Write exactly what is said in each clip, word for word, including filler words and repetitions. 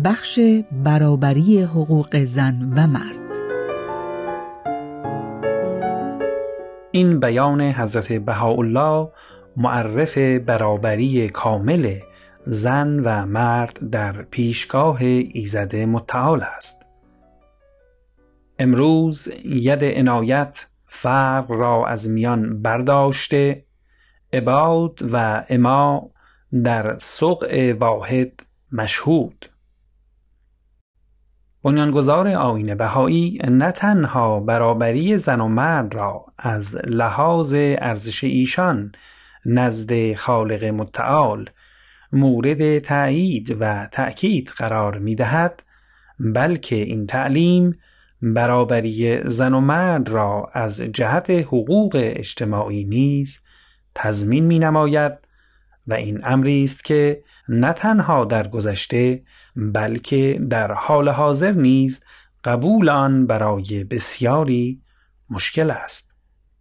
بخش برابری حقوق زن و مرد. این بیان حضرت بهاءالله معرف برابری کامل زن و مرد در پیشگاه ایزد متعال است. امروز ید عنایت فرق را از میان برداشته، عباد و اما در سقع واحد مشهود. بنیانگذار آیین بهایی نه تنها برابری زن و مرد را از لحاظ ارزش ایشان نزد خالق متعال مورد تأیید و تأکید قرار می دهد، بلکه این تعلیم برابری زن و مرد را از جهت حقوق اجتماعی نیز تضمین می نماید و این امری است که نه تنها در گذشته بلکه در حال حاضر نیز قبول آن برای بسیاری مشکل است.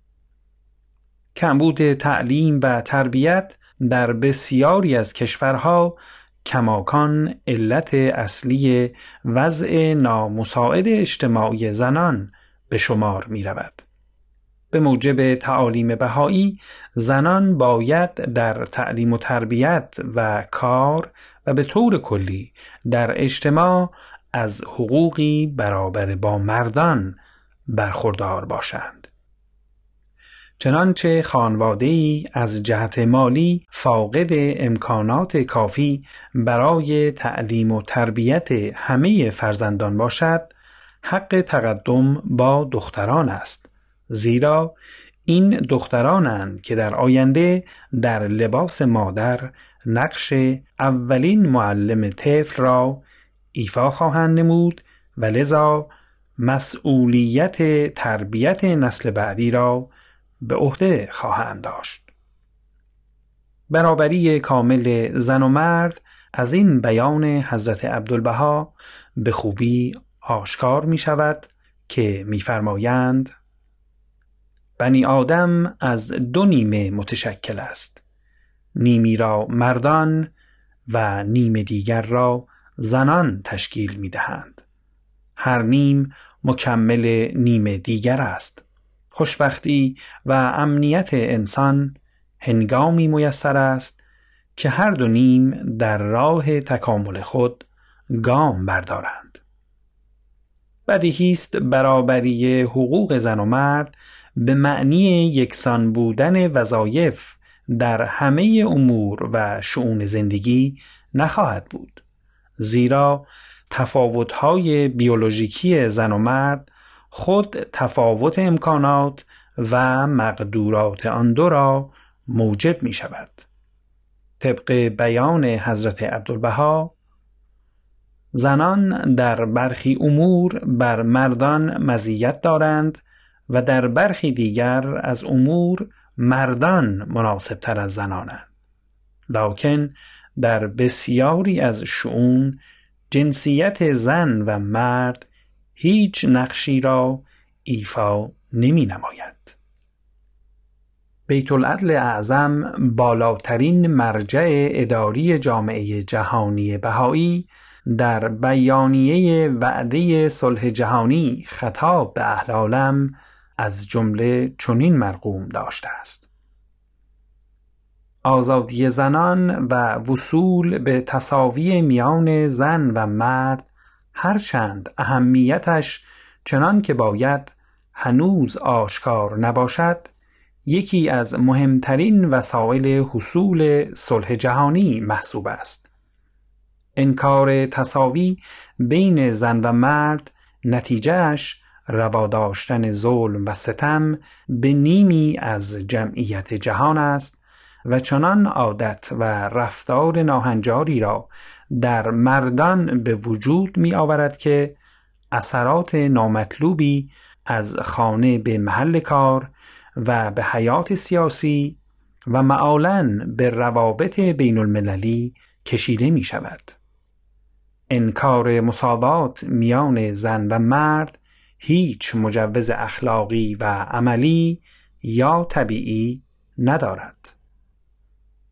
کمبود تعلیم و تربیت در بسیاری از کشورها کماکان علت اصلی وضع نامساعد اجتماعی زنان به شمار می رود. به موجب تعالیم بهایی زنان باید در تعلیم و تربیت و کار و به طور کلی در اجتماع از حقوقی برابر با مردان برخوردار باشند. چنانچه خانواده‌ای از جهت مالی فاقد امکانات کافی برای تعلیم و تربیت همه فرزندان باشد، حق تقدم با دختران است، زیرا این دخترانند که در آینده در لباس مادر نقش اولین معلم طفل را ایفا خواهند نمود و لذا مسئولیت تربیت نسل بعدی را به عهده خواهند داشت. برابری کامل زن و مرد از این بیان حضرت عبدالبها به خوبی آشکار می شود که می فرمایند بنی آدم از دو نیمه متشکل است، نیمی را مردان و نیم دیگر را زنان تشکیل می دهند. هر نیم مکمل نیم دیگر است. خوشبختی و امنیت انسان هنگامی میسر است که هر دو نیم در راه تکامل خود گام بردارند. بدیهی است برابری حقوق زن و مرد به معنی یکسان بودن وظایف در همه امور و شؤون زندگی نخواهد بود، زیرا تفاوت‌های بیولوژیکی زن و مرد خود تفاوت امکانات و مقدورات آن دو را موجب می شود. طبق بیان حضرت عبدالبها، زنان در برخی امور بر مردان مزیت دارند و در برخی دیگر از امور مردان مناسب تر از زنانند، لکن در بسیاری از شؤون جنسیت زن و مرد هیچ نقشی را ایفا نمی نماید. بیت العدل اعظم، بالاترین مرجع اداری جامعه جهانی بهایی، در بیانیه وعده صلح جهانی خطاب به اهل عالم از جمله چنین مرقوم داشته است: آزادی زنان و وصول به تساوی میان زن و مرد هرچند اهمیتش چنان که باید هنوز آشکار نباشد، یکی از مهمترین وسایل حصول صلح جهانی محسوب است. انکار تساوی بین زن و مرد نتیجهش روا داشتن ظلم و ستم به نیمی از جمعیت جهان است و چنان عادت و رفتار ناهنجاری را در مردان به وجود می آورد که اثرات نامطلوبی از خانه به محل کار و به حیات سیاسی و معالاً به روابط بین المللی کشیده می شود. انکار مساوات میان زن و مرد هیچ مجوز اخلاقی و عملی یا طبیعی ندارد.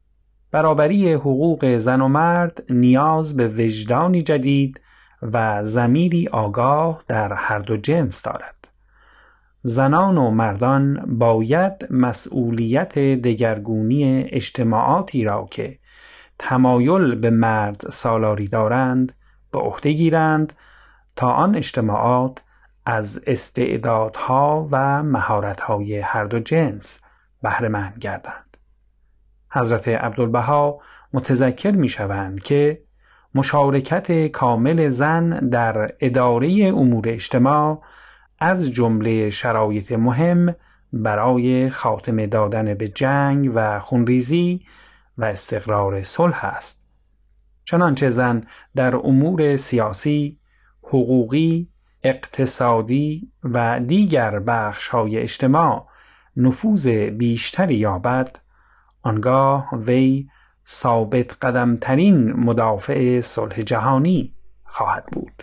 برابری حقوق زن و مرد نیاز به وجدانی جدید و ضمیری آگاه در هر دو جنس دارد. زنان و مردان باید مسئولیت دگرگونی اجتماعاتی را که تمایل به مرد سالاری دارند به عهده گیرند تا آن اجتماعات از استعدادها و مهارت‌های هر دو جنس بهره مند گردند. حضرت عبدالبها متذکر می‌شوند که مشارکت کامل زن در اداره امور اجتماع از جمله شرایط مهم برای خاتمه دادن به جنگ و خونریزی و استقرار صلح است. چنانچه زن در امور سیاسی، حقوقی، اقتصادی و دیگر بخش‌های اجتماع نفوذ بیشتری یابد، آنگاه وی ثابت قدمترین مدافع صلح جهانی خواهد بود.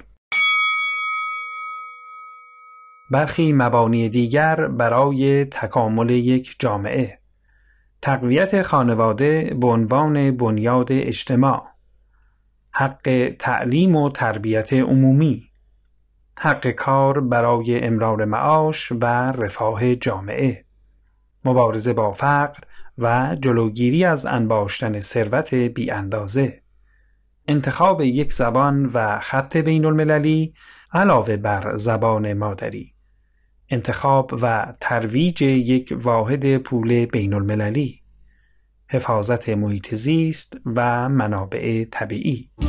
برخی مبانی دیگر برای تکامل یک جامعه: تقویت خانواده به عنوان بنیاد اجتماع، حق تعلیم و تربیت عمومی، حق کار برای امرار معاش و رفاه جامعه، مبارزه با فقر و جلوگیری از انباشتن ثروت بی اندازه، انتخاب یک زبان و خط بین المللی علاوه بر زبان مادری، انتخاب و ترویج یک واحد پول بین المللی، حفاظت محیط زیست و منابع طبیعی.